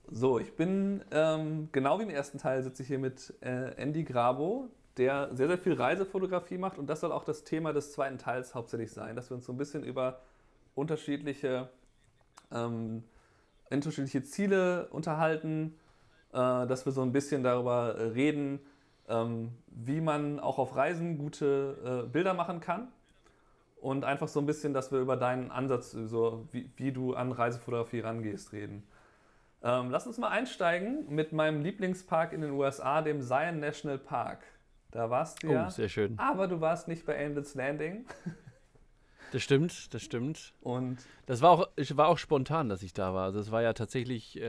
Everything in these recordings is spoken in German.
So, ich bin, genau wie im ersten Teil, sitze ich hier mit Andy Grabo, der sehr, sehr viel Reisefotografie macht und das soll auch das Thema des zweiten Teils hauptsächlich sein, dass wir uns so ein bisschen über unterschiedliche, ähm, unterschiedliche Ziele unterhalten, dass wir so ein bisschen darüber reden, wie man auch auf Reisen gute Bilder machen kann und einfach so ein bisschen, dass wir über deinen Ansatz, so wie du an Reisefotografie rangehst, reden. Lass uns mal einsteigen mit meinem Lieblingspark in den USA, dem Zion National Park. Da warst du Oh, ja, sehr schön. aber du warst nicht bei Angel's Landing. Das stimmt, das stimmt. Und Ich war auch spontan, dass ich da war. Also es war ja tatsächlich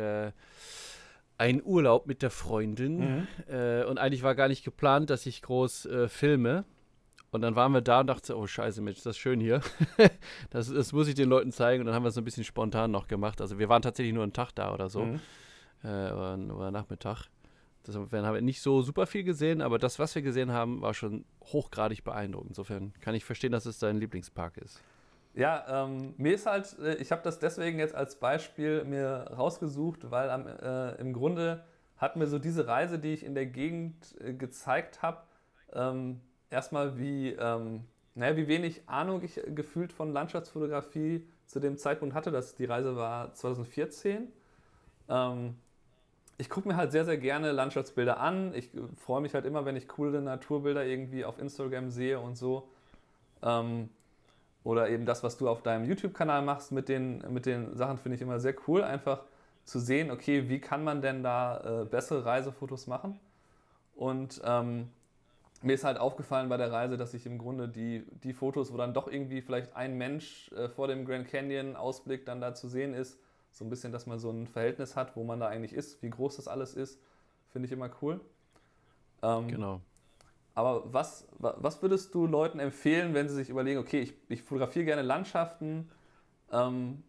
ein Urlaub mit der Freundin. mhm. Und eigentlich war gar nicht geplant, dass ich groß filme. Und dann waren wir da und dachte, oh scheiße, Mensch, das ist schön hier. Das muss ich den Leuten zeigen. Und dann haben wir es so ein bisschen spontan noch gemacht. Also wir waren tatsächlich nur einen Tag da oder so. Mhm. Oder Nachmittag. Deshalb haben wir nicht so super viel gesehen, aber das, was wir gesehen haben, war schon hochgradig beeindruckend. Insofern kann ich verstehen, dass es dein Lieblingspark ist. Ja, mir ist halt, ich habe das deswegen jetzt als Beispiel mir rausgesucht, weil im Grunde hat mir so diese Reise, die ich in der Gegend gezeigt habe, erstmal naja, wie wenig Ahnung ich gefühlt von Landschaftsfotografie zu dem Zeitpunkt hatte. Die Reise war 2014. Ähm, Ich gucke mir halt sehr, sehr gerne Landschaftsbilder an. Ich freue mich halt immer, wenn ich coole Naturbilder irgendwie auf Instagram sehe und so. Ähm, oder eben das, was du auf deinem YouTube-Kanal machst mit den Sachen, finde ich immer sehr cool. Einfach zu sehen, okay, wie kann man denn da bessere Reisefotos machen? Und mir ist halt aufgefallen bei der Reise, dass ich im Grunde die Fotos, wo dann doch irgendwie vielleicht ein Mensch vor dem Grand Canyon Ausblick dann da zu sehen ist, so ein bisschen, dass man so ein Verhältnis hat, wo man da eigentlich ist, wie groß das alles ist, finde ich immer cool. Ähm, Genau. aber was würdest du Leuten empfehlen, wenn sie sich überlegen, okay, ich fotografiere gerne Landschaften, ähm,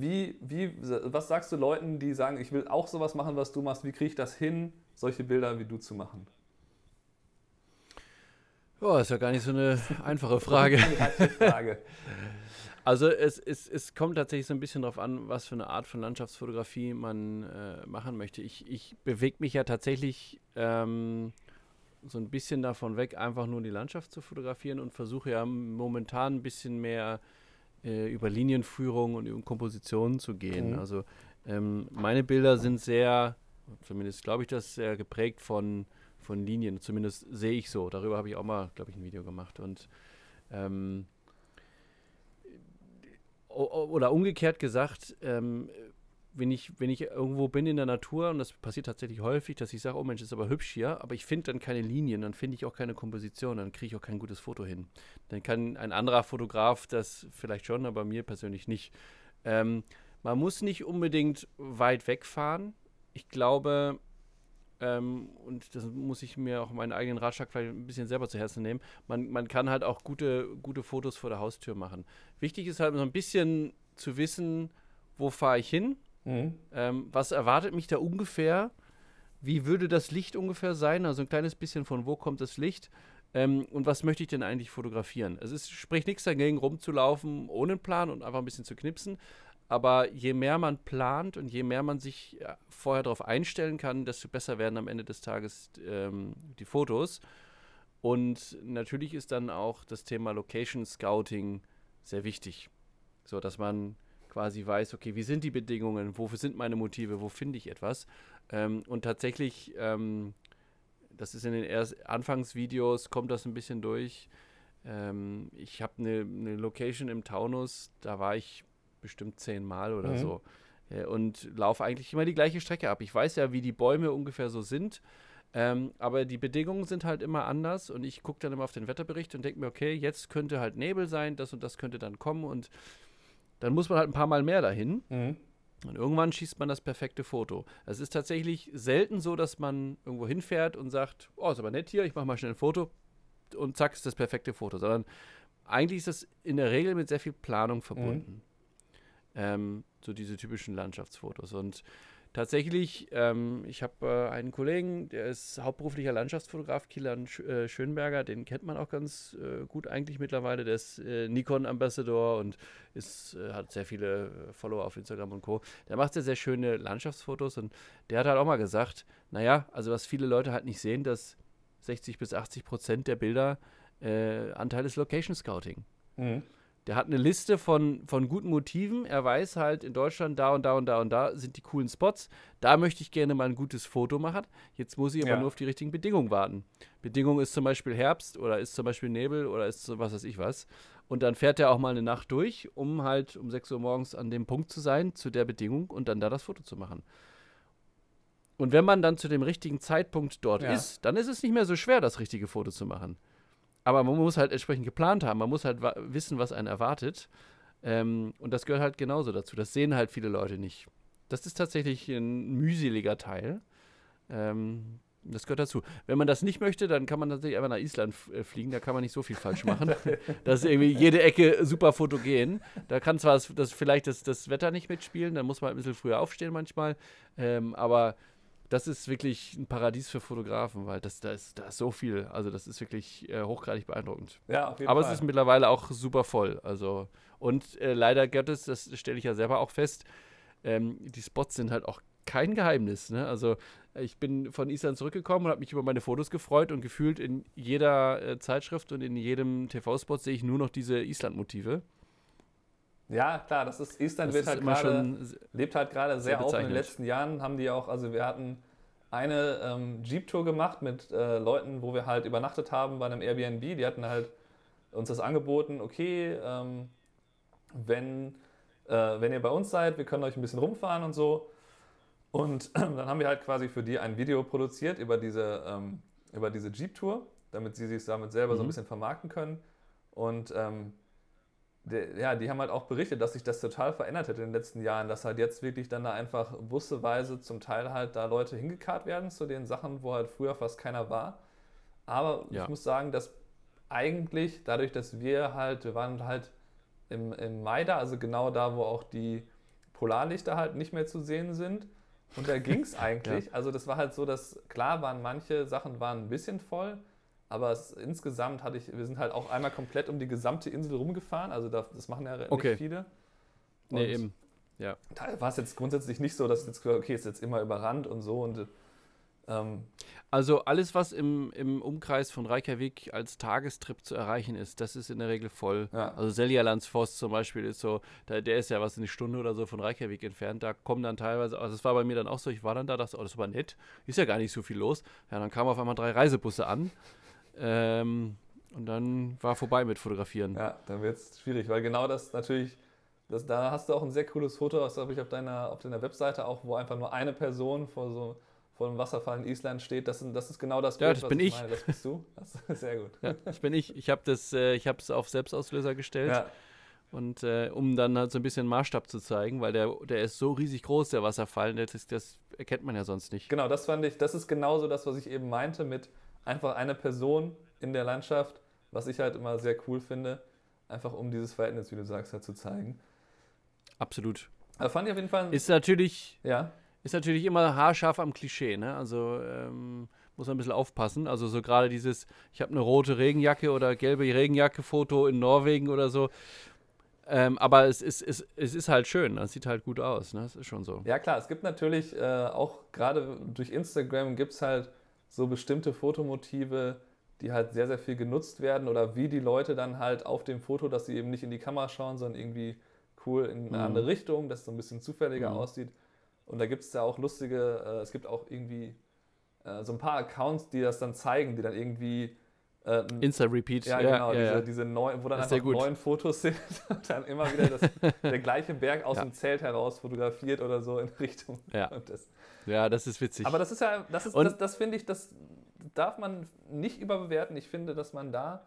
was sagst du Leuten, die sagen, ich will auch sowas machen, was du machst, wie kriege ich das hin, solche Bilder wie du zu machen? Ja, ist ja gar nicht so eine einfache Frage. Umfangreiche Frage. Also es kommt tatsächlich so ein bisschen darauf an, was für eine Art von Landschaftsfotografie man machen möchte. Ich bewege mich ja tatsächlich so ein bisschen davon weg, einfach nur die Landschaft zu fotografieren und versuche ja momentan ein bisschen mehr über Linienführung und über Kompositionen zu gehen. Mhm. Also meine Bilder sind sehr, zumindest glaube ich das, sehr geprägt von Linien. Zumindest sehe ich so. Darüber habe ich auch mal, glaube ich, ein Video gemacht. Und ähm, oder umgekehrt gesagt, wenn ich irgendwo bin in der Natur, und das passiert tatsächlich häufig, dass ich sage, oh Mensch, ist aber hübsch hier, aber ich finde dann keine Linien, dann finde ich auch keine Komposition, dann kriege ich auch kein gutes Foto hin. Dann kann ein anderer Fotograf das vielleicht schon, aber mir persönlich nicht. Ähm, Man muss nicht unbedingt weit wegfahren. Ich glaube, und das muss ich mir auch meinen eigenen Ratschlag vielleicht ein bisschen selber zu Herzen nehmen, man kann halt auch gute Fotos vor der Haustür machen. Wichtig ist halt so ein bisschen zu wissen, wo fahre ich hin, Mhm. was erwartet mich da ungefähr, wie würde das Licht ungefähr sein, also ein kleines bisschen von wo kommt das Licht, und was möchte ich denn eigentlich fotografieren. Spricht nichts dagegen, rumzulaufen ohne einen Plan und einfach ein bisschen zu knipsen, aber je mehr man plant und je mehr man sich vorher darauf einstellen kann, desto besser werden am Ende des Tages die Fotos. Und natürlich ist dann auch das Thema Location Scouting sehr wichtig, so dass man quasi weiß, okay, wie sind die Bedingungen, wofür sind meine Motive, wo finde ich etwas. Und tatsächlich, das ist in den Anfangsvideos, kommt das ein bisschen durch. Ich habe eine Location im Taunus, da war ich bestimmt 10 Mal oder Mhm. so. Und laufe eigentlich immer die gleiche Strecke ab. Ich weiß ja, wie die Bäume ungefähr so sind, aber die Bedingungen sind halt immer anders und ich gucke dann immer auf den Wetterbericht und denke mir, okay, jetzt könnte halt Nebel sein, das und das könnte dann kommen und dann muss man halt ein paar Mal mehr dahin Mhm. und irgendwann schießt man das perfekte Foto. Es ist tatsächlich selten so, dass man irgendwo hinfährt und sagt, oh, ist aber nett hier, ich mache mal schnell ein Foto und zack, ist das perfekte Foto, sondern eigentlich ist das in der Regel mit sehr viel Planung Mhm. verbunden. So diese typischen Landschaftsfotos. Und Tatsächlich, ich habe einen Kollegen, der ist hauptberuflicher Landschaftsfotograf, Kilian Schönberger, den kennt man auch ganz gut eigentlich mittlerweile. Der ist Nikon-Ambassador und hat sehr viele Follower auf Instagram und Co. Der macht sehr, sehr schöne Landschaftsfotos und der hat halt auch mal gesagt, naja, also was viele Leute halt nicht sehen, dass 60-80% der Bilder Anteil ist Location Scouting. Mhm. Der hat eine Liste von guten Motiven. Er weiß halt, in Deutschland da und da und da und da sind die coolen Spots. Da möchte ich gerne mal ein gutes Foto machen. Jetzt muss ich aber nur auf die richtigen Bedingungen warten. Bedingung ist zum Beispiel Herbst oder ist zum Beispiel Nebel oder ist so was weiß ich was. Und dann fährt er auch mal eine Nacht durch, um halt um 6 Uhr morgens an dem Punkt zu sein, zu der Bedingung und dann da das Foto zu machen. Und wenn man dann zu dem richtigen Zeitpunkt dort ist, dann ist es nicht mehr so schwer, das richtige Foto zu machen. Aber man muss halt entsprechend geplant haben. Man muss halt wissen, was einen erwartet. Und das gehört halt genauso dazu. Das sehen halt viele Leute nicht. Das ist tatsächlich ein mühseliger Teil. Das gehört dazu. Wenn man das nicht möchte, dann kann man tatsächlich einfach nach Island fliegen. Da kann man nicht so viel falsch machen. Da ist irgendwie jede Ecke super fotogen. Da kann zwar vielleicht das Wetter nicht mitspielen. Dann muss man ein bisschen früher aufstehen manchmal. Aber das ist wirklich ein Paradies für Fotografen, weil da ist so viel. Also das ist wirklich hochgradig beeindruckend. Ja, auf jeden Aber Fall. es ist mittlerweile auch super voll. Also, und leider Gottes, das stelle ich ja selber auch fest, die Spots sind halt auch kein Geheimnis. Ne? Also ich bin von Island zurückgekommen und habe mich über meine Fotos gefreut und gefühlt in jeder Zeitschrift und in jedem TV-Spot sehe ich nur noch diese Island-Motive. Ja, klar, Island lebt halt gerade sehr auf in den letzten Jahren. Haben die auch, also wir hatten eine Jeep-Tour gemacht mit Leuten, wo wir halt übernachtet haben bei einem Airbnb. Die hatten halt uns das angeboten, okay, wenn ihr bei uns seid, wir können euch ein bisschen rumfahren und so. Und dann haben wir halt quasi für die ein Video produziert über diese Jeep-Tour, damit sie sich damit selber so ein bisschen vermarkten können. Und die haben halt auch berichtet, dass sich das total verändert hat in den letzten Jahren, dass halt jetzt wirklich dann da einfach busseweise zum Teil halt da Leute hingekarrt werden zu den Sachen, wo halt früher fast keiner war. Aber ich muss sagen, dass eigentlich dadurch, dass wir waren halt im Mai da, also genau da, wo auch die Polarlichter halt nicht mehr zu sehen sind. Und da ging es eigentlich. Ja. Also das war halt so, dass klar manche Sachen waren ein bisschen voll, aber insgesamt wir sind halt auch einmal komplett um die gesamte Insel rumgefahren. Also das machen ja nicht viele. Und nee, eben. Ja. Da war es jetzt grundsätzlich nicht so, dass jetzt okay, ist jetzt immer überrannt und so. Und also alles, was im Umkreis von Reykjavik als Tagestrip zu erreichen ist, das ist in der Regel voll. Ja. Also Seljalandsfoss zum Beispiel ist so, der ist ja eine Stunde oder so von Reykjavik entfernt. Da kommen dann teilweise, also das war bei mir dann auch so, ich war dann da, dachte, das war nett, ist ja gar nicht so viel los. Ja, dann kamen auf einmal 3 Reisebusse an. Und dann war vorbei mit Fotografieren. Ja, dann wird es schwierig, weil genau das natürlich, da hast du auch ein sehr cooles Foto, das habe ich auf deiner Webseite auch, wo einfach nur eine Person vor einem Wasserfall in Island steht. Das ist genau das Bild, was ich meine. Das bist du. Das ist sehr gut. Ja, das bin ich. Ich habe es auf Selbstauslöser gestellt. Ja. Und um dann halt so ein bisschen Maßstab zu zeigen, weil der ist so riesig groß, der Wasserfall, das erkennt man ja sonst nicht. Genau, das ist genauso das, was ich eben meinte mit einfach eine Person in der Landschaft, was ich halt immer sehr cool finde, einfach um dieses Verhältnis, wie du sagst, halt zu zeigen. Absolut. Aber fand ich auf jeden Fall... Ist natürlich immer haarscharf am Klischee, ne? Also muss man ein bisschen aufpassen. Also so gerade dieses, ich habe eine rote Regenjacke oder gelbe Regenjacke-Foto in Norwegen oder so. Aber es ist halt schön, es sieht halt gut aus, ne? Das ist schon so. Ja klar, es gibt natürlich auch gerade durch Instagram gibt es halt so bestimmte Fotomotive, die halt sehr, sehr viel genutzt werden oder wie die Leute dann halt auf dem Foto, dass sie eben nicht in die Kamera schauen, sondern irgendwie cool in eine andere Richtung, dass es so ein bisschen zufälliger aussieht. Und da gibt es ja auch lustige, es gibt auch irgendwie so ein paar Accounts, die das dann zeigen, die dann irgendwie Insta-Repeat. Ja, genau, diese neuen, wo dann einfach 9 Fotos sind und dann immer wieder der gleiche Berg aus dem Zelt heraus fotografiert oder so in Richtung. Ja, das ist witzig. Aber das finde ich, das darf man nicht überbewerten. Ich finde, dass man da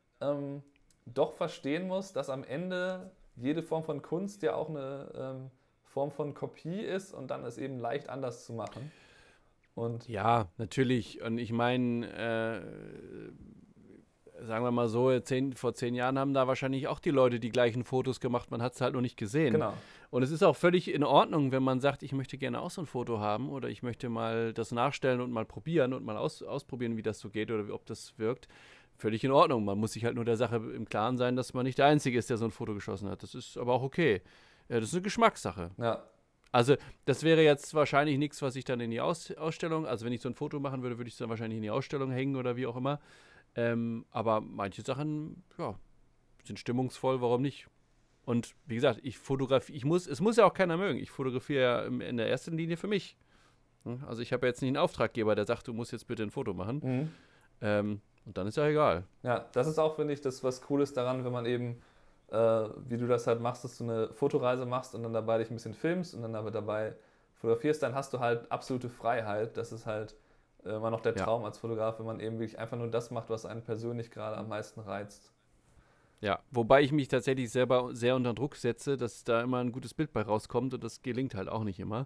doch verstehen muss, dass am Ende jede Form von Kunst ja auch eine Form von Kopie ist und dann es eben leicht anders zu machen. Und ja, natürlich. Und ich meine, sagen wir mal so, vor 10 Jahren haben da wahrscheinlich auch die Leute die gleichen Fotos gemacht, man hat es halt noch nicht gesehen. Genau. Und es ist auch völlig in Ordnung, wenn man sagt, ich möchte gerne auch so ein Foto haben oder ich möchte mal das nachstellen und mal probieren und mal ausprobieren, wie das so geht oder ob das wirkt. Völlig in Ordnung. Man muss sich halt nur der Sache im Klaren sein, dass man nicht der Einzige ist, der so ein Foto geschossen hat. Das ist aber auch okay. Das ist eine Geschmackssache. Ja. Also das wäre jetzt wahrscheinlich nichts, was ich dann in die Ausstellung, also wenn ich so ein Foto machen würde, würde ich es dann wahrscheinlich in die Ausstellung hängen oder wie auch immer. Aber manche Sachen, ja, sind stimmungsvoll, warum nicht? Und wie gesagt, es muss ja auch keiner mögen. Ich fotografiere ja in der ersten Linie für mich. Also ich habe jetzt nicht einen Auftraggeber, der sagt, du musst jetzt bitte ein Foto machen. Und dann ist ja egal. Ja, das ist auch, finde ich, das was Cooles daran, wenn man eben, wie du das halt machst, dass du eine Fotoreise machst und dann dabei dich ein bisschen filmst und dann aber dabei fotografierst, dann hast du halt absolute Freiheit. Das ist halt immer noch der Traum als Fotograf, wenn man eben wirklich einfach nur das macht, was einen persönlich gerade am meisten reizt. Ja, wobei ich mich tatsächlich selber sehr unter Druck setze, dass da immer ein gutes Bild bei rauskommt und das gelingt halt auch nicht immer.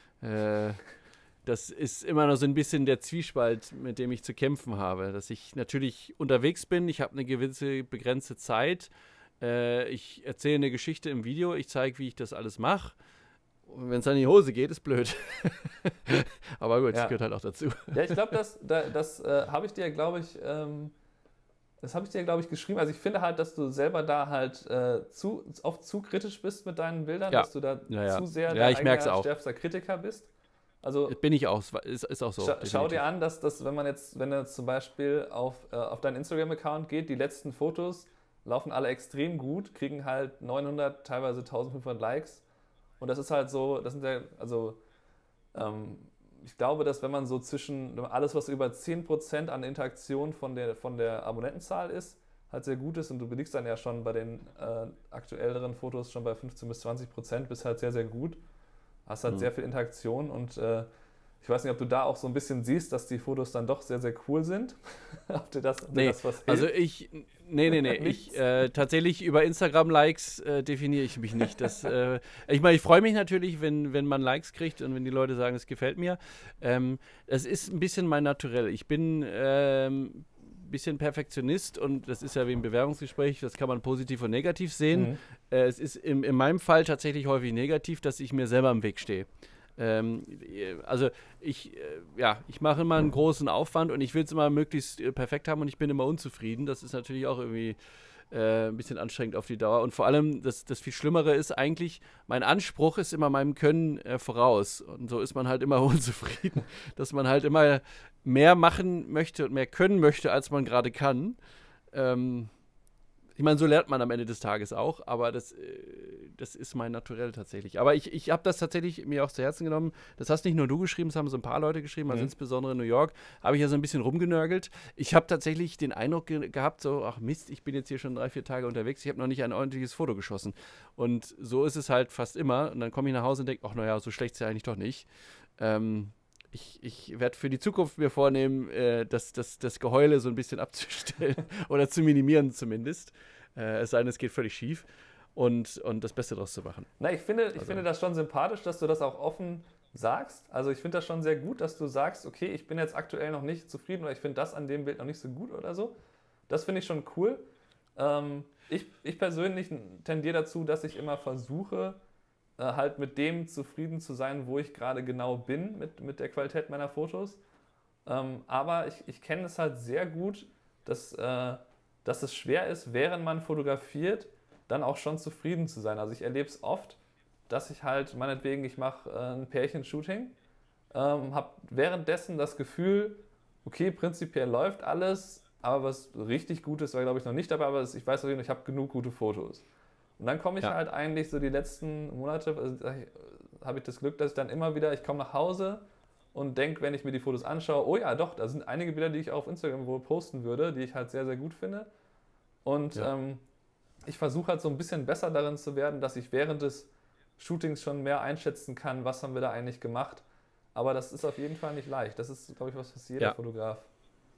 Das ist immer noch so ein bisschen der Zwiespalt, mit dem ich zu kämpfen habe, dass ich natürlich unterwegs bin, ich habe eine gewisse begrenzte Zeit, ich erzähle eine Geschichte im Video, ich zeige, wie ich das alles mache. Und wenn es dann in die Hose geht, ist blöd. Aber gut, das gehört halt auch dazu. Ja, ich glaube, das habe ich dir, glaube ich, geschrieben. Also ich finde halt, dass du selber da halt oft zu kritisch bist mit deinen Bildern, dass du da zu sehr dein eigener stärkster Kritiker bist. Also bin ich auch, ist auch so. Schau dir an, dass wenn du jetzt zum Beispiel auf deinen Instagram-Account geht, die letzten Fotos laufen alle extrem gut, kriegen halt 900, teilweise 1500 Likes. Und das ist halt so, ich glaube, dass wenn man so alles, was über 10% an Interaktion von der Abonnentenzahl ist, halt sehr gut ist und du belegst dann ja schon bei den aktuelleren Fotos schon bei 15-20%, bist halt sehr, sehr gut. Hast halt sehr viel Interaktion und ich weiß nicht, ob du da auch so ein bisschen siehst, dass die Fotos dann doch sehr, sehr cool sind. Ob dir das was hilft? Also ich tatsächlich über Instagram-Likes definiere ich mich nicht. Ich meine, ich freue mich natürlich, wenn man Likes kriegt und wenn die Leute sagen, es gefällt mir. Es ist ein bisschen mein Naturell. Ich bin bisschen Perfektionist und das ist ja wie im Bewerbungsgespräch, das kann man positiv und negativ sehen. Es ist in meinem Fall tatsächlich häufig negativ, dass ich mir selber im Weg stehe. Also ich mache immer einen großen Aufwand und ich will es immer möglichst perfekt haben und ich bin immer unzufrieden. Das ist natürlich auch irgendwie ein bisschen anstrengend auf die Dauer. Und vor allem, das viel Schlimmere ist eigentlich, mein Anspruch ist immer meinem Können voraus. Und so ist man halt immer unzufrieden, dass man halt immer mehr machen möchte und mehr können möchte, als man gerade kann. Ich meine, so lernt man am Ende des Tages auch, aber das ist mein Naturell tatsächlich. Aber ich habe das tatsächlich mir auch zu Herzen genommen. Das hast nicht nur du geschrieben, das haben so ein paar Leute geschrieben, also insbesondere in New York, habe ich ja so ein bisschen rumgenörgelt. Ich habe tatsächlich den Eindruck gehabt, so, ach Mist, ich bin jetzt hier schon 3-4 Tage unterwegs, ich habe noch nicht ein ordentliches Foto geschossen. Und so ist es halt fast immer. Und dann komme ich nach Hause und denke, ach naja, so schlecht ist ja eigentlich doch nicht. Ich werde für die Zukunft mir vornehmen, das Geheule so ein bisschen abzustellen oder zu minimieren zumindest. Es sei denn, es geht völlig schief und das Beste draus zu machen. Na, ich finde das schon sympathisch, dass du das auch offen sagst. Also ich finde das schon sehr gut, dass du sagst, okay, ich bin jetzt aktuell noch nicht zufrieden oder ich finde das an dem Bild noch nicht so gut oder so. Das finde ich schon cool. Ich persönlich tendiere dazu, dass ich immer versuche, halt mit dem zufrieden zu sein, wo ich gerade genau bin mit der Qualität meiner Fotos. Aber ich kenne es halt sehr gut, dass es schwer ist, während man fotografiert, dann auch schon zufrieden zu sein. Also ich erlebe es oft, dass ich halt, meinetwegen, ich mache ein Pärchen-Shooting, habe währenddessen das Gefühl, okay, prinzipiell läuft alles, aber was richtig Gutes war, glaube ich, noch nicht dabei, aber ich weiß, ich habe genug gute Fotos. Und dann komme ich halt eigentlich so die letzten Monate, habe ich das Glück, dass ich dann immer wieder, ich komme nach Hause und denke, wenn ich mir die Fotos anschaue, oh ja, doch, da sind einige Bilder, die ich auf Instagram wohl posten würde, die ich halt sehr, sehr gut finde. Und ich versuche halt so ein bisschen besser darin zu werden, dass ich während des Shootings schon mehr einschätzen kann, was haben wir da eigentlich gemacht. Aber das ist auf jeden Fall nicht leicht. Das ist, glaube ich, was jeder Fotograf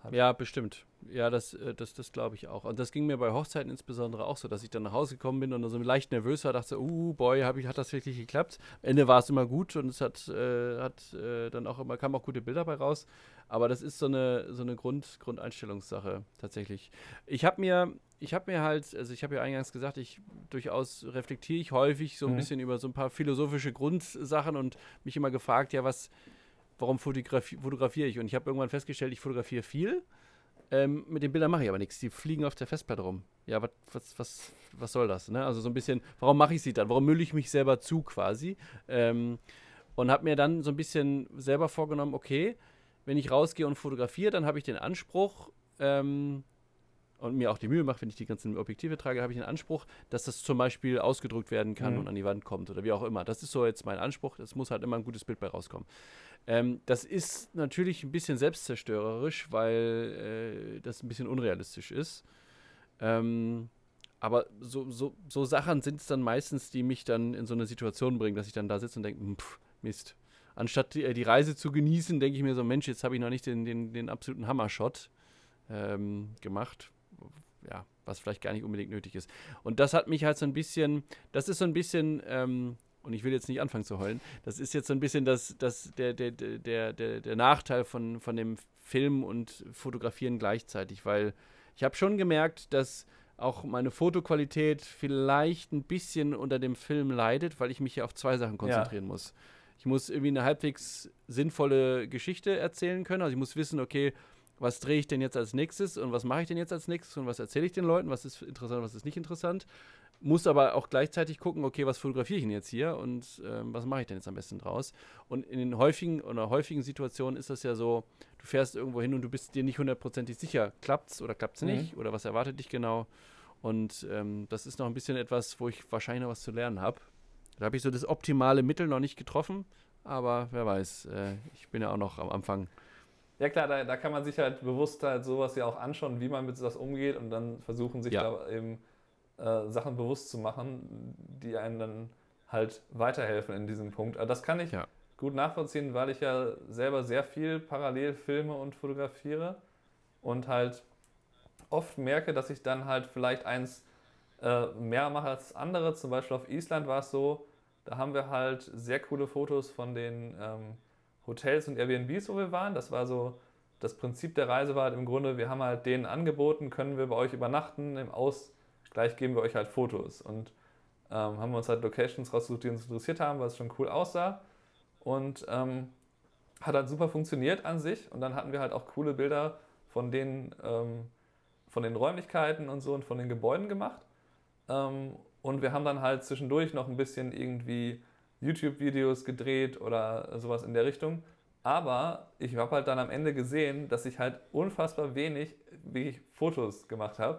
hat. Ja, bestimmt. Ja, das glaube ich auch. Und das ging mir bei Hochzeiten insbesondere auch so, dass ich dann nach Hause gekommen bin und so leicht nervös war, dachte, boy, hat das wirklich geklappt? Am Ende war es immer gut und es dann auch immer, kamen auch gute Bilder bei raus. Aber das ist so eine Grundeinstellungssache tatsächlich. Ich habe mir halt, also ich habe ja eingangs gesagt, durchaus reflektiere ich häufig so ein bisschen über so ein paar philosophische Grundsachen und mich immer gefragt, ja, warum fotografiere ich? Und ich habe irgendwann festgestellt, ich fotografiere viel. Mit den Bildern mache ich aber nichts. Die fliegen auf der Festplatte rum. Ja, was soll das? Ne? Also so ein bisschen, warum mache ich sie dann? Warum mülle ich mich selber zu quasi? Und habe mir dann so ein bisschen selber vorgenommen, okay, wenn ich rausgehe und fotografiere, dann habe ich den Anspruch, und mir auch die Mühe mache, wenn ich die ganzen Objektive trage, habe ich den Anspruch, dass das zum Beispiel ausgedruckt werden kann und an die Wand kommt oder wie auch immer. Das ist so jetzt mein Anspruch. Es muss halt immer ein gutes Bild bei rauskommen. Das ist natürlich ein bisschen selbstzerstörerisch, weil das ein bisschen unrealistisch ist. Aber so Sachen sind es dann meistens, die mich dann in so eine Situation bringen, dass ich dann da sitze und denke, Mist. Anstatt die Reise zu genießen, denke ich mir so, Mensch, jetzt habe ich noch nicht den absoluten Hammer-Shot gemacht. Ja, was vielleicht gar nicht unbedingt nötig ist. Und das hat mich halt so ein bisschen, das ist so ein bisschen, und ich will jetzt nicht anfangen zu heulen, das ist jetzt so ein bisschen der Nachteil von dem Filmen und Fotografieren gleichzeitig, weil ich habe schon gemerkt, dass auch meine Fotoqualität vielleicht ein bisschen unter dem Film leidet, weil ich mich ja auf zwei Sachen konzentrieren muss. Ich muss irgendwie eine halbwegs sinnvolle Geschichte erzählen können, also ich muss wissen, okay, was drehe ich denn jetzt als nächstes und was mache ich denn jetzt als nächstes und was erzähle ich den Leuten, was ist interessant, was ist nicht interessant. Muss aber auch gleichzeitig gucken, okay, was fotografiere ich denn jetzt hier und was mache ich denn jetzt am besten draus. Und in den häufigen Situationen ist das ja so, du fährst irgendwo hin und du bist dir nicht hundertprozentig sicher, klappt's oder klappt's nicht oder was erwartet dich genau. Und das ist noch ein bisschen etwas, wo ich wahrscheinlich noch was zu lernen habe. Da habe ich so das optimale Mittel noch nicht getroffen, aber wer weiß, ich bin ja auch noch am Anfang. Ja klar, da kann man sich halt bewusst halt sowas ja auch anschauen, wie man mit sowas umgeht und dann versuchen, sich da eben Sachen bewusst zu machen, die einem dann halt weiterhelfen in diesem Punkt. Aber das kann ich gut nachvollziehen, weil ich ja selber sehr viel parallel filme und fotografiere und halt oft merke, dass ich dann halt vielleicht eins mehr mache als das andere. Zum Beispiel auf Island war es so, da haben wir halt sehr coole Fotos von den Hotels und Airbnbs, wo wir waren. Das war so, das Prinzip der Reise war halt im Grunde, wir haben halt denen angeboten, können wir bei euch übernachten, im Ausgleich geben wir euch halt Fotos. Und haben wir uns halt Locations rausgesucht, die uns interessiert haben, weil es schon cool aussah. Und hat halt super funktioniert an sich. Und dann hatten wir halt auch coole Bilder von den Räumlichkeiten und so und von den Gebäuden gemacht. Und wir haben dann halt zwischendurch noch ein bisschen irgendwie YouTube-Videos gedreht oder sowas in der Richtung. Aber ich habe halt dann am Ende gesehen, dass ich halt unfassbar wenig wirklich Fotos gemacht habe.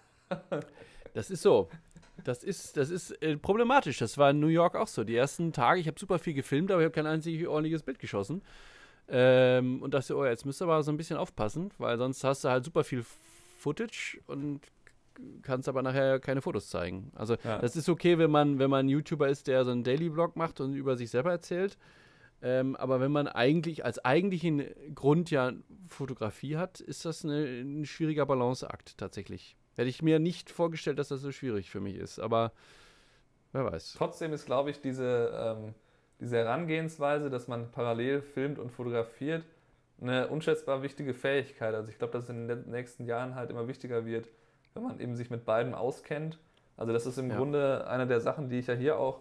Das ist so. Das ist problematisch. Das war in New York auch so. Die ersten Tage, ich habe super viel gefilmt, aber ich habe kein einziges ordentliches Bild geschossen. Und dachte, oh, jetzt müsst ihr aber so ein bisschen aufpassen, weil sonst hast du halt super viel Footage und kannst aber nachher keine Fotos zeigen. Also das ist okay, wenn man ein YouTuber ist, der so einen Daily-Vlog macht und über sich selber erzählt. Aber wenn man als eigentlichen Grund ja Fotografie hat, ist das ein schwieriger Balanceakt tatsächlich. Hätte ich mir nicht vorgestellt, dass das so schwierig für mich ist, aber wer weiß. Trotzdem ist, glaube ich, diese Herangehensweise, dass man parallel filmt und fotografiert, eine unschätzbar wichtige Fähigkeit. Also ich glaube, dass es in den nächsten Jahren halt immer wichtiger wird, wenn man eben sich mit beidem auskennt. Also das ist im Grunde eine der Sachen, die ich ja hier auch,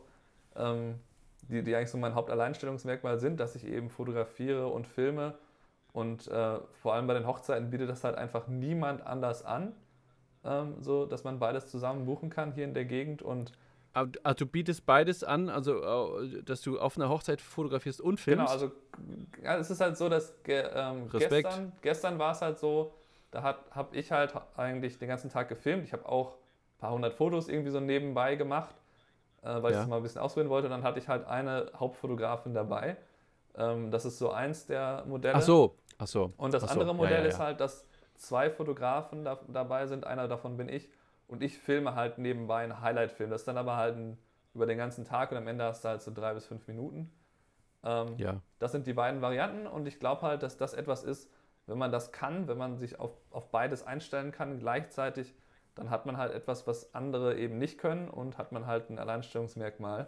die eigentlich so mein Hauptalleinstellungsmerkmal sind, dass ich eben fotografiere und filme. Und vor allem bei den Hochzeiten bietet das halt einfach niemand anders an, so dass man beides zusammen buchen kann hier in der Gegend. Und aber du bietest beides an, also dass du auf einer Hochzeit fotografierst und filmst? genau, also es ist halt so, dass gestern war es halt so, da habe ich halt eigentlich den ganzen Tag gefilmt. Ich habe auch ein paar hundert Fotos irgendwie so nebenbei gemacht, weil ich es mal ein bisschen ausprobieren wollte. Und dann hatte ich halt eine Hauptfotografin dabei. Das ist so eins der Modelle. Ach so. Und das andere Modell ist halt, dass zwei Fotografen dabei sind. Einer davon bin ich. Und ich filme halt nebenbei einen Highlight-Film. Das ist dann aber halt über den ganzen Tag und am Ende hast du halt so 3 bis 5 Minuten. Das sind die beiden Varianten und ich glaube halt, dass das etwas ist, wenn man das kann, wenn man sich auf beides einstellen kann gleichzeitig, dann hat man halt etwas, was andere eben nicht können und hat man halt ein Alleinstellungsmerkmal.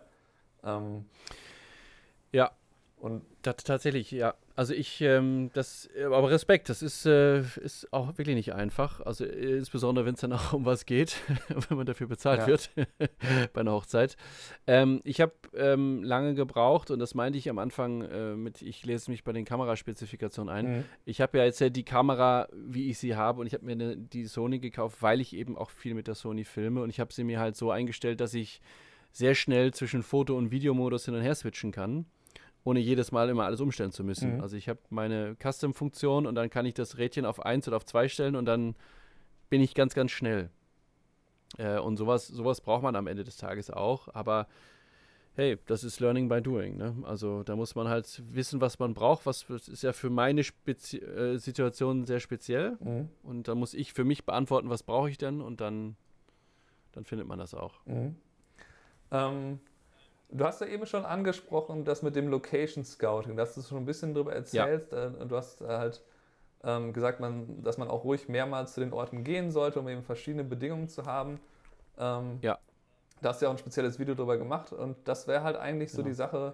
Ja, Und tatsächlich, ja. Also aber Respekt, das ist auch wirklich nicht einfach. Also insbesondere, wenn es dann auch um was geht, wenn man dafür bezahlt wird bei einer Hochzeit. Ich habe lange gebraucht und das meinte ich am Anfang ich lese mich bei den Kameraspezifikationen ein. Ich habe ja jetzt die Kamera, wie ich sie habe, und ich habe mir die Sony gekauft, weil ich eben auch viel mit der Sony filme und ich habe sie mir halt so eingestellt, dass ich sehr schnell zwischen Foto- und Videomodus hin und her switchen kann, ohne jedes Mal immer alles umstellen zu müssen. Also ich habe meine Custom-Funktion und dann kann ich das Rädchen auf 1 oder auf 2 stellen und dann bin ich ganz, ganz schnell. Und sowas braucht man am Ende des Tages auch, aber hey, das ist Learning by Doing, ne? Also da muss man halt wissen, was man braucht, das ist ja für meine Situation sehr speziell und da muss ich für mich beantworten, was brauche ich denn und dann findet man das auch. Du hast ja eben schon angesprochen, das mit dem Location Scouting, dass du schon ein bisschen drüber erzählst. Ja. Du hast halt gesagt, dass man auch ruhig mehrmals zu den Orten gehen sollte, um eben verschiedene Bedingungen zu haben. Ja. Da hast du ja auch ein spezielles Video drüber gemacht und das wäre halt eigentlich so die Sache,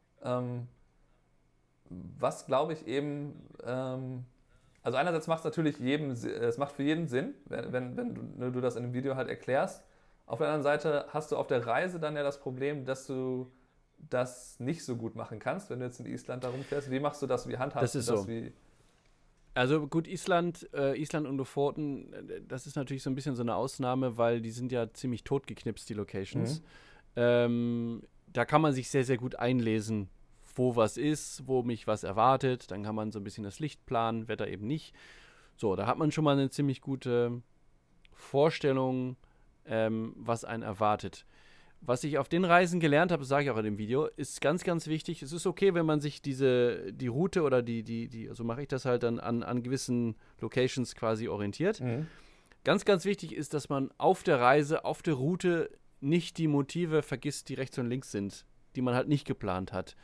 was glaube ich eben, also einerseits macht es natürlich es macht für jeden Sinn, wenn du das in dem Video halt erklärst. Auf der anderen Seite hast du auf der Reise dann ja das Problem, dass du das nicht so gut machen kannst, wenn du jetzt in Island da rumfährst. Wie machst du das? Wie handhabst du das? So. Also gut, Island und Lofoten, das ist natürlich so ein bisschen so eine Ausnahme, weil die sind ja ziemlich totgeknipst, die Locations. Da kann man sich sehr, sehr gut einlesen, wo was ist, wo mich was erwartet. Dann kann man so ein bisschen das Licht planen, Wetter eben nicht. So, da hat man schon mal eine ziemlich gute Vorstellung, was einen erwartet. Was ich auf den Reisen gelernt habe, sage ich auch in dem Video, ist ganz, ganz wichtig. Es ist okay, wenn man sich die Route oder so mache ich das halt dann an gewissen Locations quasi orientiert. Ganz, ganz wichtig ist, dass man auf der Reise, auf der Route nicht die Motive vergisst, die rechts und links sind, die man halt nicht geplant hat.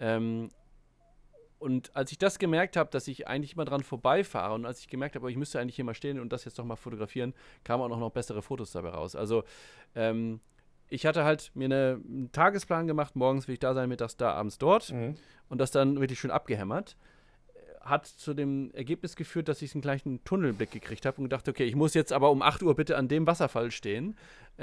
Und als ich das gemerkt habe, dass ich eigentlich immer dran vorbeifahre und als ich gemerkt habe, ich müsste eigentlich hier mal stehen und das jetzt doch mal fotografieren, kamen auch noch bessere Fotos dabei raus. Also ich hatte halt mir einen Tagesplan gemacht, morgens will ich da sein, mittags da, abends dort und das dann wirklich schön abgehämmert. Hat zu dem Ergebnis geführt, dass ich einen gleichen Tunnelblick gekriegt habe und gedacht, okay, ich muss jetzt aber um 8 Uhr bitte an dem Wasserfall stehen,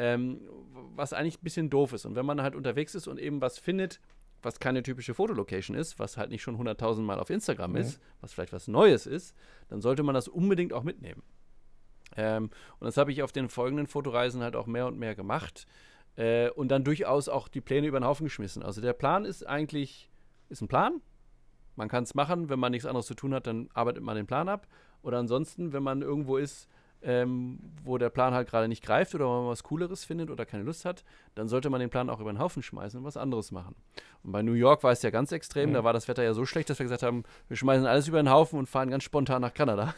was eigentlich ein bisschen doof ist. Und wenn man halt unterwegs ist und eben was findet, was keine typische Fotolocation ist, was halt nicht schon 100.000 Mal auf Instagram ist, was vielleicht was Neues ist, dann sollte man das unbedingt auch mitnehmen. Und das habe ich auf den folgenden Fotoreisen halt auch mehr und mehr gemacht und dann durchaus auch die Pläne über den Haufen geschmissen. Also der Plan ist ein Plan. Man kann es machen, wenn man nichts anderes zu tun hat, dann arbeitet man den Plan ab. Oder ansonsten, wenn man irgendwo ist, wo der Plan halt gerade nicht greift oder man was Cooleres findet oder keine Lust hat, dann sollte man den Plan auch über den Haufen schmeißen und was anderes machen. Und bei New York war es ja ganz extrem, da war das Wetter ja so schlecht, dass wir gesagt haben, wir schmeißen alles über den Haufen und fahren ganz spontan nach Kanada.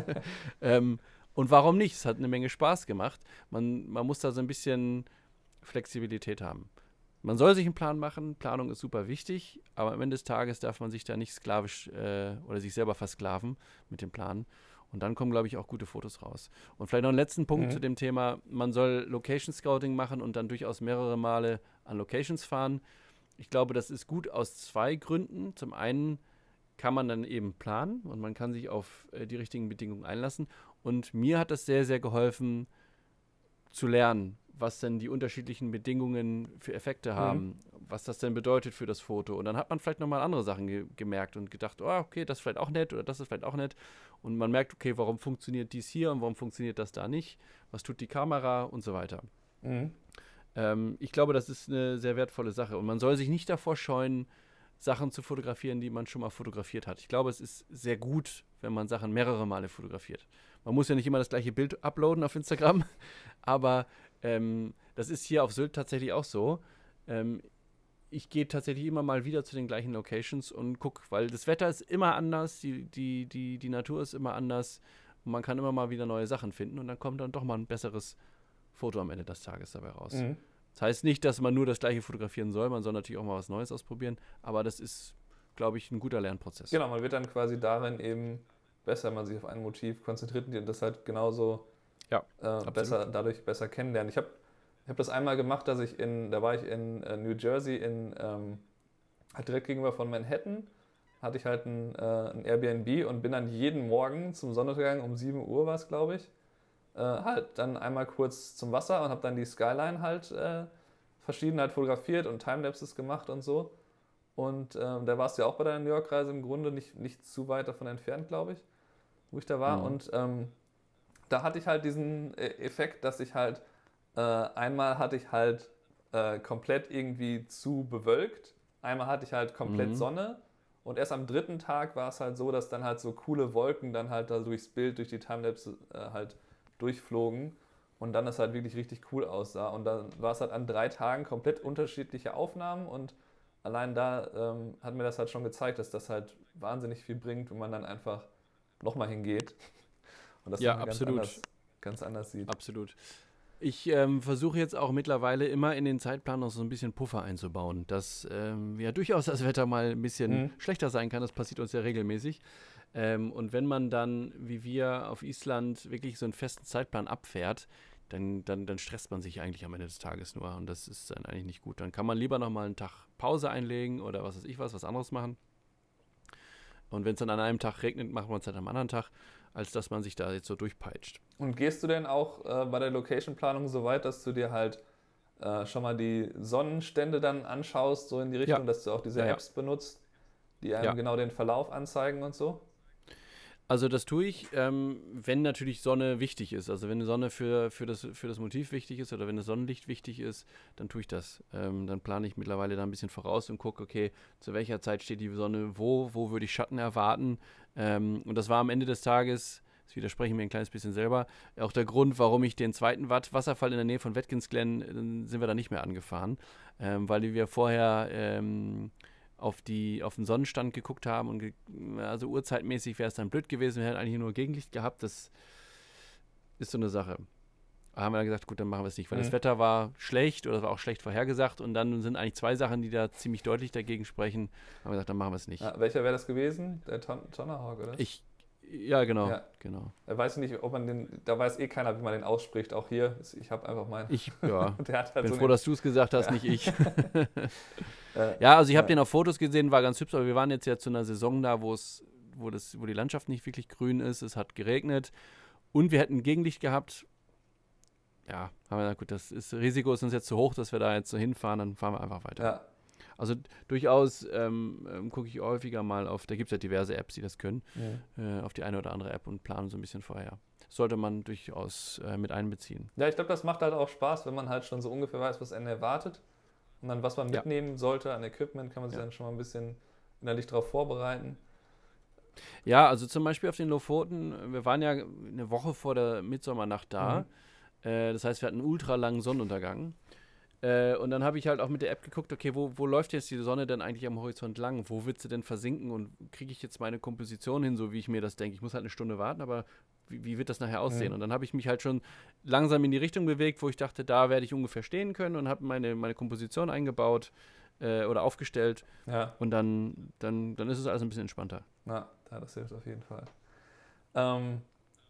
Und warum nicht? Es hat eine Menge Spaß gemacht. Man muss da so ein bisschen Flexibilität haben. Man soll sich einen Plan machen, Planung ist super wichtig, aber am Ende des Tages darf man sich da nicht sklavisch oder sich selber versklaven mit dem Plan. Und dann kommen, glaube ich, auch gute Fotos raus. Und vielleicht noch einen letzten Punkt zu dem Thema, man soll Location Scouting machen und dann durchaus mehrere Male an Locations fahren. Ich glaube, das ist gut aus 2 Gründen. Zum einen kann man dann eben planen und man kann sich auf die richtigen Bedingungen einlassen. Und mir hat das sehr, sehr geholfen zu lernen, was denn die unterschiedlichen Bedingungen für Effekte haben, was das denn bedeutet für das Foto. Und dann hat man vielleicht nochmal andere Sachen gemerkt und gedacht, oh, okay, das ist vielleicht auch nett oder das ist vielleicht auch nett. Und man merkt, okay, warum funktioniert dies hier und warum funktioniert das da nicht? Was tut die Kamera und so weiter. Ich glaube, das ist eine sehr wertvolle Sache. Und man soll sich nicht davor scheuen, Sachen zu fotografieren, die man schon mal fotografiert hat. Ich glaube, es ist sehr gut, wenn man Sachen mehrere Male fotografiert. Man muss ja nicht immer das gleiche Bild uploaden auf Instagram, aber das ist hier auf Sylt tatsächlich auch so. Ich gehe tatsächlich immer mal wieder zu den gleichen Locations und gucke, weil das Wetter ist immer anders, die Natur ist immer anders und man kann immer mal wieder neue Sachen finden und dann kommt dann doch mal ein besseres Foto am Ende des Tages dabei raus. Das heißt nicht, dass man nur das gleiche fotografieren soll, man soll natürlich auch mal was Neues ausprobieren, aber das ist, glaube ich, ein guter Lernprozess. Genau, man wird dann quasi darin eben besser, wenn man sich auf ein Motiv konzentriert und das halt genauso Ja, absolut. dadurch besser kennenlernen. Ich hab das einmal gemacht, da war ich in New Jersey, halt direkt gegenüber von Manhattan, hatte ich halt ein Airbnb und bin dann jeden Morgen zum Sonnenuntergang um 7 Uhr war es, glaube ich, halt dann einmal kurz zum Wasser und habe dann die Skyline halt verschieden halt fotografiert und Timelapses gemacht und so. Und da warst du ja auch bei deiner New York-Reise im Grunde nicht zu weit davon entfernt, glaube ich, wo ich da war. Mhm. Und da hatte ich halt diesen Effekt, dass ich halt einmal hatte ich halt komplett irgendwie zu bewölkt, einmal hatte ich halt komplett Mhm. Sonne und erst am dritten Tag war es halt so, dass dann halt so coole Wolken dann halt da durchs Bild, durch die Timelapse halt durchflogen und dann es halt wirklich richtig cool aussah. Und dann war es halt an 3 Tagen komplett unterschiedliche Aufnahmen und allein da hat mir das halt schon gezeigt, dass das halt wahnsinnig viel bringt, wenn man dann einfach nochmal hingeht und das Ja, nochmal absolut. ganz anders sieht. Absolut. Ich versuche jetzt auch mittlerweile immer in den Zeitplan noch so ein bisschen Puffer einzubauen, dass ja durchaus das Wetter mal ein bisschen Mhm. schlechter sein kann. Das passiert uns ja regelmäßig. Und wenn man dann, wie wir auf Island, wirklich so einen festen Zeitplan abfährt, dann stresst man sich eigentlich am Ende des Tages nur. Und das ist dann eigentlich nicht gut. Dann kann man lieber noch mal einen Tag Pause einlegen oder was weiß ich was anderes machen. Und wenn es dann an einem Tag regnet, macht man es halt am anderen Tag, als dass man sich da jetzt so durchpeitscht. Und gehst du denn auch bei der Location-Planung so weit, dass du dir halt schon mal die Sonnenstände dann anschaust, so in die Ja, Richtung, dass du auch diese ja, ja. Apps benutzt, die einem Ja, genau den Verlauf anzeigen und so? also das tue ich, wenn natürlich Sonne wichtig ist. Also wenn die Sonne für das Motiv wichtig ist oder wenn das Sonnenlicht wichtig ist, dann tue ich das. Dann plane ich mittlerweile da ein bisschen voraus und gucke, okay, zu welcher Zeit steht die Sonne wo würde ich Schatten erwarten. Und das war am Ende des Tages, das widerspreche ich mir ein kleines bisschen selber, auch der Grund, warum ich den zweiten Wasserfall in der Nähe von Watkins Glen, sind wir da nicht mehr angefahren, weil wir vorher auf den Sonnenstand geguckt haben und also uhrzeitmäßig wäre es dann blöd gewesen, wir hätten eigentlich nur Gegenlicht gehabt, das ist so eine Sache. Da haben wir dann gesagt, gut, dann machen wir es nicht, weil das Mhm. Wetter war schlecht oder es war auch schlecht vorhergesagt und dann sind eigentlich zwei Sachen, die da ziemlich deutlich dagegen sprechen. Haben wir gesagt, dann machen wir es nicht. Ja, welcher wäre das gewesen? Der Tomahawk, oder? Ja, genau, Ja, genau. da weiß ich nicht, ob man da weiß eh keiner, wie man den ausspricht. Auch hier, ich habe einfach meinen. Ja, Der hat halt bin so froh, einen. dass du es gesagt hast, Ja, nicht ich. äh, Ja, also ich habe ja. den auf Fotos gesehen, war ganz hübsch, aber wir waren jetzt ja zu einer Saison da, wo die Landschaft nicht wirklich grün ist, es hat geregnet und wir hätten Gegenlicht gehabt. Ja, haben wir gesagt, gut, Risiko ist uns jetzt zu hoch, dass wir da jetzt so hinfahren, dann fahren wir einfach weiter. Ja. Also durchaus gucke ich häufiger mal da gibt es ja diverse Apps, die das können, Mhm. auf die eine oder andere App und planen so ein bisschen vorher. Das sollte man durchaus mit einbeziehen. Ja, ich glaube, das macht halt auch Spaß, wenn man halt schon so ungefähr weiß, was einen erwartet. Und dann, was man Ja, mitnehmen sollte an Equipment, kann man sich ja. dann schon mal ein bisschen innerlich darauf vorbereiten. Ja, also zum Beispiel auf den Lofoten, wir waren ja eine Woche vor der Mitsommernacht Mhm. da. Das heißt, wir hatten einen ultra langen Sonnenuntergang. Und dann habe ich halt auch mit der App geguckt, okay, wo läuft jetzt die Sonne denn eigentlich am Horizont lang? Wo wird sie denn versinken und kriege ich jetzt meine Komposition hin, so wie ich mir das denke? Ich muss halt eine Stunde warten, aber wie wird das nachher aussehen? Mhm. Und dann habe ich mich halt schon langsam in die Richtung bewegt, wo ich dachte, da werde ich ungefähr stehen können und habe meine Komposition eingebaut oder aufgestellt. Ja, Und dann ist es alles ein bisschen entspannter. ja, das hilft auf jeden Fall. Ähm,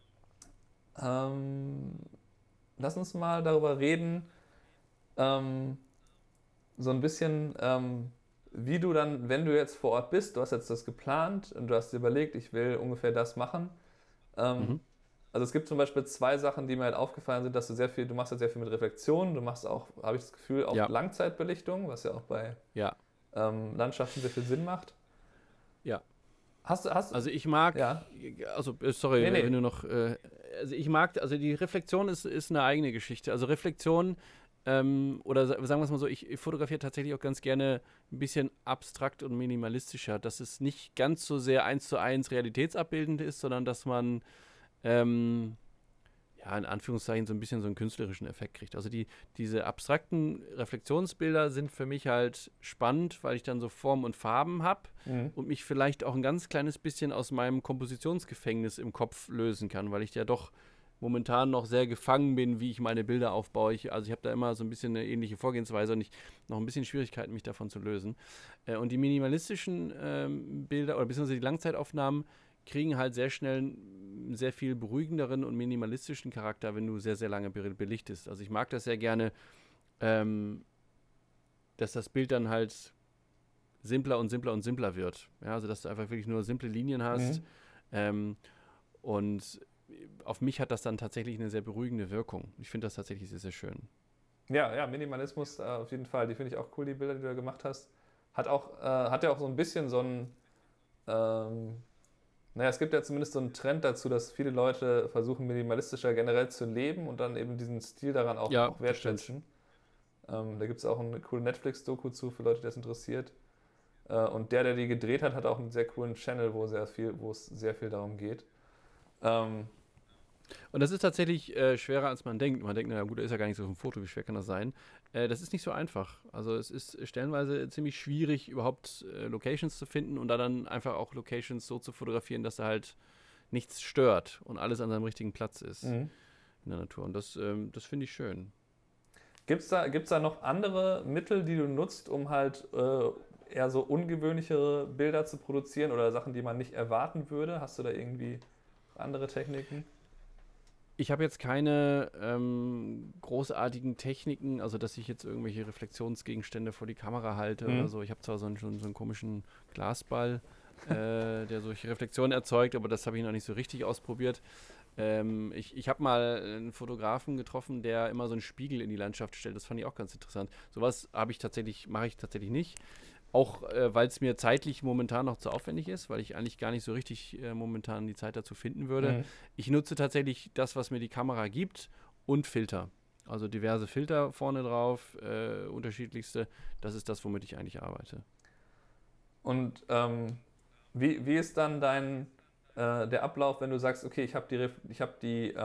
ähm, lass uns mal darüber reden, ähm, so ein bisschen, wie du dann, wenn du jetzt vor Ort bist, du hast jetzt das geplant und du hast dir überlegt, ich will ungefähr das machen. Ähm, Mhm. also es gibt zum Beispiel 2 Sachen, die mir halt aufgefallen sind, dass du machst halt sehr viel mit Reflexion, du machst auch, habe ich das Gefühl, auch Ja, Langzeitbelichtung, was ja auch bei ja, Landschaften sehr viel Sinn macht. ja. Hast du, Also ich mag, ja, also sorry, nee, nee, wenn du noch, also ich mag, also die Reflexion ist eine eigene Geschichte. Also Reflexion, oder sagen wir es mal so, ich fotografiere tatsächlich auch ganz gerne ein bisschen abstrakt und minimalistischer, dass es nicht ganz so sehr 1:1 realitätsabbildend ist, sondern dass man, ähm, ja, in Anführungszeichen so ein bisschen so einen künstlerischen Effekt kriegt. Also diese abstrakten Reflexionsbilder sind für mich halt spannend, weil ich dann so Formen und Farben habe mhm. und mich vielleicht auch ein ganz kleines bisschen aus meinem Kompositionsgefängnis im Kopf lösen kann, weil ich ja doch momentan noch sehr gefangen bin, wie ich meine Bilder aufbaue. Also ich habe da immer so ein bisschen eine ähnliche Vorgehensweise und ich noch ein bisschen Schwierigkeiten, mich davon zu lösen. Und die minimalistischen Bilder oder beziehungsweise die Langzeitaufnahmen kriegen halt sehr schnell einen sehr viel beruhigenderen und minimalistischen Charakter, wenn du sehr, sehr lange belichtest. Also ich mag das sehr gerne, dass das Bild dann halt simpler und simpler und simpler wird. Ja, also dass du einfach wirklich nur simple Linien hast. Und auf mich hat das dann tatsächlich eine sehr beruhigende Wirkung. Ich finde das tatsächlich sehr, sehr schön. Ja, Minimalismus auf jeden Fall. Die finde ich auch cool, die Bilder, die du da gemacht hast. Hat ja auch so ein bisschen so ein, es gibt ja zumindest so einen Trend dazu, dass viele Leute versuchen, minimalistischer generell zu leben und dann eben diesen Stil daran auch wertschätzen. Da gibt es auch eine coole Netflix-Doku zu, für Leute, die das interessiert. Und der die gedreht hat, hat auch einen sehr coolen Channel, wo es sehr viel darum geht. Und das ist tatsächlich schwerer, als man denkt. Man denkt, na gut, da ist ja gar nicht so ein Foto, wie schwer kann das sein? Das ist nicht so einfach. Also es ist stellenweise ziemlich schwierig, überhaupt Locations zu finden und da dann einfach auch Locations so zu fotografieren, dass da halt nichts stört und alles an seinem richtigen Platz ist in der Natur. Und das finde ich schön. Gibt's da noch andere Mittel, die du nutzt, um halt eher so ungewöhnlichere Bilder zu produzieren oder Sachen, die man nicht erwarten würde? Hast du da irgendwie andere Techniken? Ich habe jetzt keine großartigen Techniken, also dass ich jetzt irgendwelche Reflexionsgegenstände vor die Kamera halte oder so. Ich habe zwar so einen komischen Glasball, der solche Reflexionen erzeugt, aber das habe ich noch nicht so richtig ausprobiert. Ich habe mal einen Fotografen getroffen, der immer so einen Spiegel in die Landschaft stellt. Das fand ich auch ganz interessant. Sowas mache ich tatsächlich nicht. Auch weil es mir zeitlich momentan noch zu aufwendig ist, weil ich eigentlich gar nicht so richtig momentan die Zeit dazu finden würde. Ich nutze tatsächlich das, was mir die Kamera gibt und Filter. Also diverse Filter vorne drauf, unterschiedlichste. Das ist das, womit ich eigentlich arbeite. Und wie ist dann der Ablauf, wenn du sagst, okay, ich habe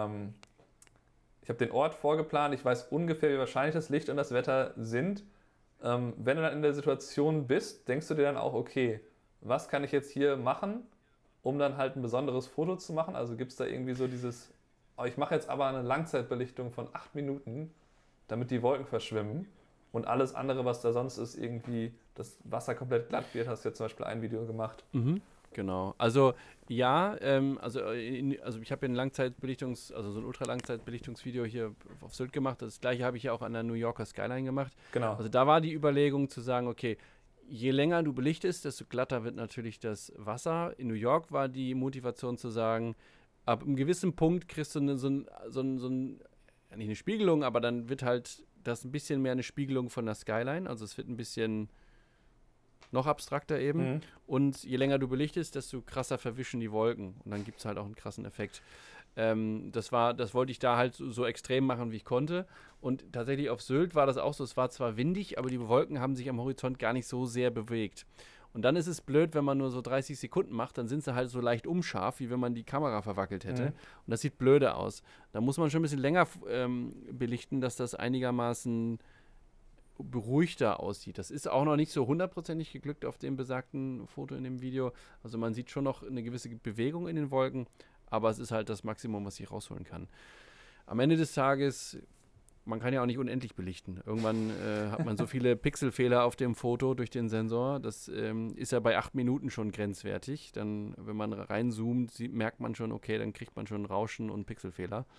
den Ort vorgeplant, ich weiß ungefähr, wie wahrscheinlich das Licht und das Wetter sind. Wenn du dann in der Situation bist, denkst du dir dann auch, okay, was kann ich jetzt hier machen, um dann halt ein besonderes Foto zu machen? Also gibt es da irgendwie so dieses, ich mache jetzt aber eine Langzeitbelichtung von 8 Minuten, damit die Wolken verschwimmen und alles andere, was da sonst ist, irgendwie das Wasser komplett glatt wird, hast du jetzt zum Beispiel ein Video gemacht. Genau. Also ja, also ich habe ja so ein Ultralangzeitbelichtungsvideo hier auf Sylt gemacht. Das gleiche habe ich ja auch an der New Yorker Skyline gemacht. Genau. Also da war die Überlegung zu sagen, okay, je länger du belichtest, desto glatter wird natürlich das Wasser. In New York war die Motivation zu sagen, ab einem gewissen Punkt kriegst du nicht eine Spiegelung, aber dann wird halt das ein bisschen mehr eine Spiegelung von der Skyline. Also es wird ein bisschen noch abstrakter eben. Und je länger du belichtest, desto krasser verwischen die Wolken. Und dann gibt es halt auch einen krassen Effekt. Das wollte ich da halt so extrem machen, wie ich konnte. Und tatsächlich auf Sylt war das auch so. Es war zwar windig, aber die Wolken haben sich am Horizont gar nicht so sehr bewegt. Und dann ist es blöd, wenn man nur so 30 Sekunden macht, dann sind sie halt so leicht unscharf, wie wenn man die Kamera verwackelt hätte. Und das sieht blöde aus. Da muss man schon ein bisschen länger belichten, dass das einigermaßen beruhigter aussieht. Das ist auch noch nicht so hundertprozentig geglückt auf dem besagten Foto in dem Video. Also man sieht schon noch eine gewisse Bewegung in den Wolken, aber es ist halt das Maximum, was ich rausholen kann. Am Ende des Tages, man kann ja auch nicht unendlich belichten. Irgendwann hat man so viele Pixelfehler auf dem Foto durch den Sensor. Das ist ja bei 8 Minuten schon grenzwertig. Dann, wenn man reinzoomt, merkt man schon, okay, dann kriegt man schon Rauschen und Pixelfehler.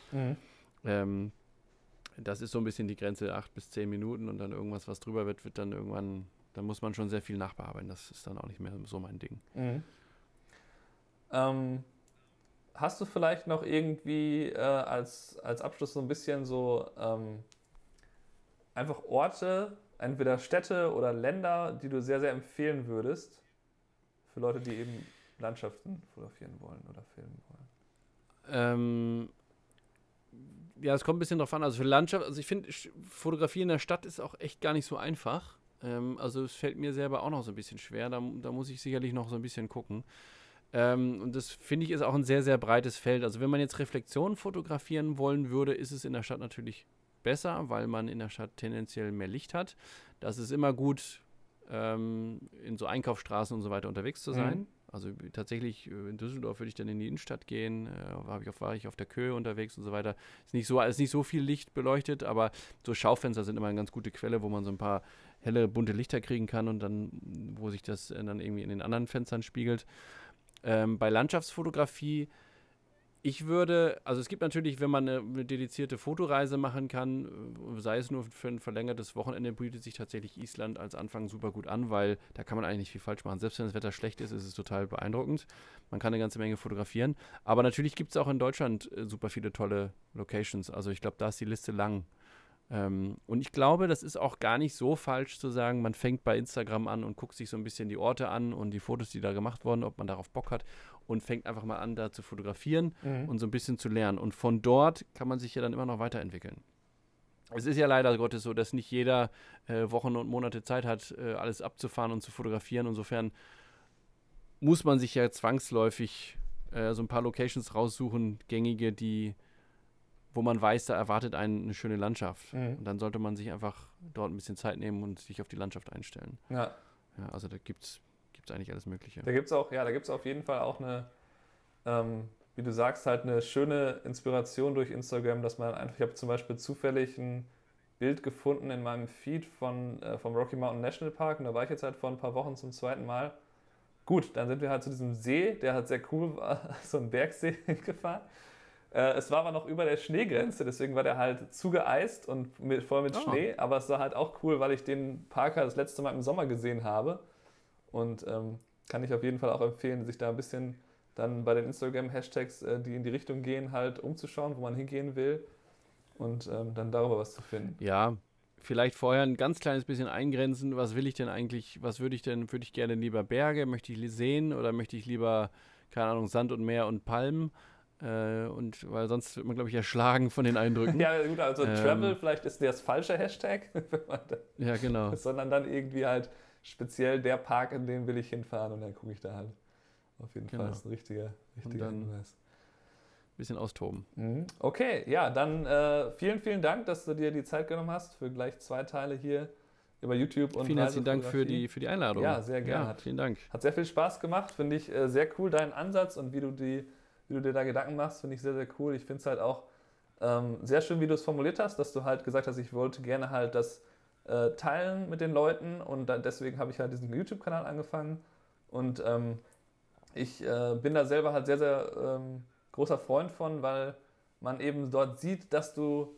Das ist so ein bisschen die Grenze, 8 bis 10 Minuten und dann irgendwas, was drüber wird dann irgendwann, dann muss man schon sehr viel nachbearbeiten. Das ist dann auch nicht mehr so mein Ding. Hast du vielleicht noch irgendwie als Abschluss so ein bisschen so einfach Orte, entweder Städte oder Länder, die du sehr, sehr empfehlen würdest für Leute, die eben Landschaften fotografieren wollen oder filmen wollen? Ja, es kommt ein bisschen drauf an. Also für Landschaft, also ich finde, Fotografie in der Stadt ist auch echt gar nicht so einfach. Also es fällt mir selber auch noch so ein bisschen schwer. Da muss ich sicherlich noch so ein bisschen gucken. Und das finde ich ist auch ein sehr, sehr breites Feld. Also wenn man jetzt Reflexionen fotografieren wollen würde, ist es in der Stadt natürlich besser, weil man in der Stadt tendenziell mehr Licht hat. Das ist immer gut, in so Einkaufsstraßen und so weiter unterwegs zu sein. Also tatsächlich in Düsseldorf würde ich dann in die Innenstadt gehen, war ich auf der Köhe unterwegs und so weiter. Ist nicht so viel Licht beleuchtet, aber so Schaufenster sind immer eine ganz gute Quelle, wo man so ein paar helle, bunte Lichter kriegen kann und dann, wo sich das dann irgendwie in den anderen Fenstern spiegelt. Bei Landschaftsfotografie, also es gibt natürlich, wenn man eine dedizierte Fotoreise machen kann, sei es nur für ein verlängertes Wochenende, bietet sich tatsächlich Island als Anfang super gut an, weil da kann man eigentlich nicht viel falsch machen. Selbst wenn das Wetter schlecht ist, ist es total beeindruckend. Man kann eine ganze Menge fotografieren. Aber natürlich gibt es auch in Deutschland super viele tolle Locations. Also ich glaube, da ist die Liste lang. Und ich glaube, das ist auch gar nicht so falsch zu sagen, man fängt bei Instagram an und guckt sich so ein bisschen die Orte an und die Fotos, die da gemacht wurden, ob man darauf Bock hat und fängt einfach mal an, da zu fotografieren und so ein bisschen zu lernen. Und von dort kann man sich ja dann immer noch weiterentwickeln. Es ist ja leider Gottes so, dass nicht jeder Wochen und Monate Zeit hat, alles abzufahren und zu fotografieren. Insofern muss man sich ja zwangsläufig so ein paar Locations raussuchen, gängige, wo man weiß, da erwartet einen eine schöne Landschaft. Und dann sollte man sich einfach dort ein bisschen Zeit nehmen und sich auf die Landschaft einstellen. Ja. Also da gibt's eigentlich alles Mögliche. Da gibt's auf jeden Fall auch eine, wie du sagst, halt eine schöne Inspiration durch Instagram, dass man einfach, ich habe zum Beispiel zufällig ein Bild gefunden in meinem Feed vom Rocky Mountain National Park und da war ich jetzt halt vor ein paar Wochen zum zweiten Mal. Gut, dann sind wir halt zu diesem See, der halt sehr cool war, so ein Bergsee gefahren. Es war aber noch über der Schneegrenze, deswegen war der halt zugeeist und voll mit Schnee, aber es war halt auch cool, weil ich den Park halt das letzte Mal im Sommer gesehen habe und kann ich auf jeden Fall auch empfehlen, sich da ein bisschen dann bei den Instagram-Hashtags, die in die Richtung gehen, halt umzuschauen, wo man hingehen will und dann darüber was zu finden. Ja, vielleicht vorher ein ganz kleines bisschen eingrenzen, was will ich denn eigentlich, würde ich gerne lieber Berge, möchte ich sehen oder möchte ich lieber, keine Ahnung, Sand und Meer und Palmen? Und weil sonst wird man, glaube ich, erschlagen von den Eindrücken. Ja, gut, also Travel, vielleicht ist das falsche Hashtag, ja, genau. sondern dann irgendwie halt speziell der Park, in den will ich hinfahren und dann gucke ich da halt. Auf jeden Fall ist ein richtiger Hinweis. Ein bisschen austoben. Okay, ja, dann vielen, vielen Dank, dass du dir die Zeit genommen hast für gleich 2 Teile hier über YouTube und vielen herzlichen Dank für die Einladung. Ja, sehr gerne. Ja, vielen Dank. Hat sehr viel Spaß gemacht, finde ich sehr cool, deinen Ansatz und wie du dir da Gedanken machst, finde ich sehr, sehr cool. Ich finde es halt auch sehr schön, wie du es formuliert hast, dass du halt gesagt hast, ich wollte gerne halt das teilen mit den Leuten und deswegen habe ich halt diesen YouTube-Kanal angefangen und ich bin da selber halt sehr, sehr großer Freund von, weil man eben dort sieht, dass du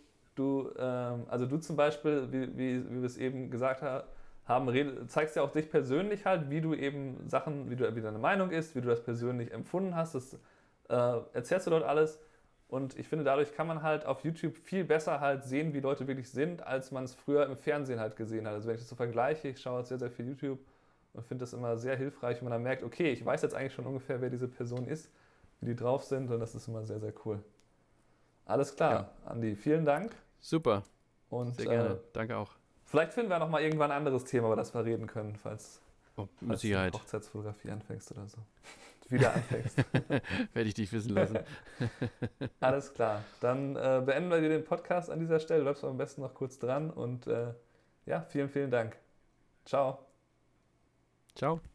zum Beispiel, wie wir es eben gesagt haben, zeigst ja auch dich persönlich halt, wie du eben Sachen, wie deine Meinung ist, wie du das persönlich empfunden hast, das erzählst du dort alles und ich finde, dadurch kann man halt auf YouTube viel besser halt sehen, wie Leute wirklich sind, als man es früher im Fernsehen halt gesehen hat. Also wenn ich das so vergleiche, ich schaue jetzt sehr, sehr viel YouTube und finde das immer sehr hilfreich, wenn man dann merkt, okay, ich weiß jetzt eigentlich schon ungefähr, wer diese Person ist, wie die drauf sind und das ist immer sehr, sehr cool. Alles klar, ja. Andi, vielen Dank. Super, und, sehr gerne, danke auch. Vielleicht finden wir noch mal irgendwann ein anderes Thema, über das wir reden können, falls du Hochzeitsfotografie anfängst oder so. Wieder anfängst. Werde ich dich wissen lassen. Alles klar. Dann beenden wir dir den Podcast an dieser Stelle. Du bleibst am besten noch kurz dran und vielen, vielen Dank. Ciao. Ciao.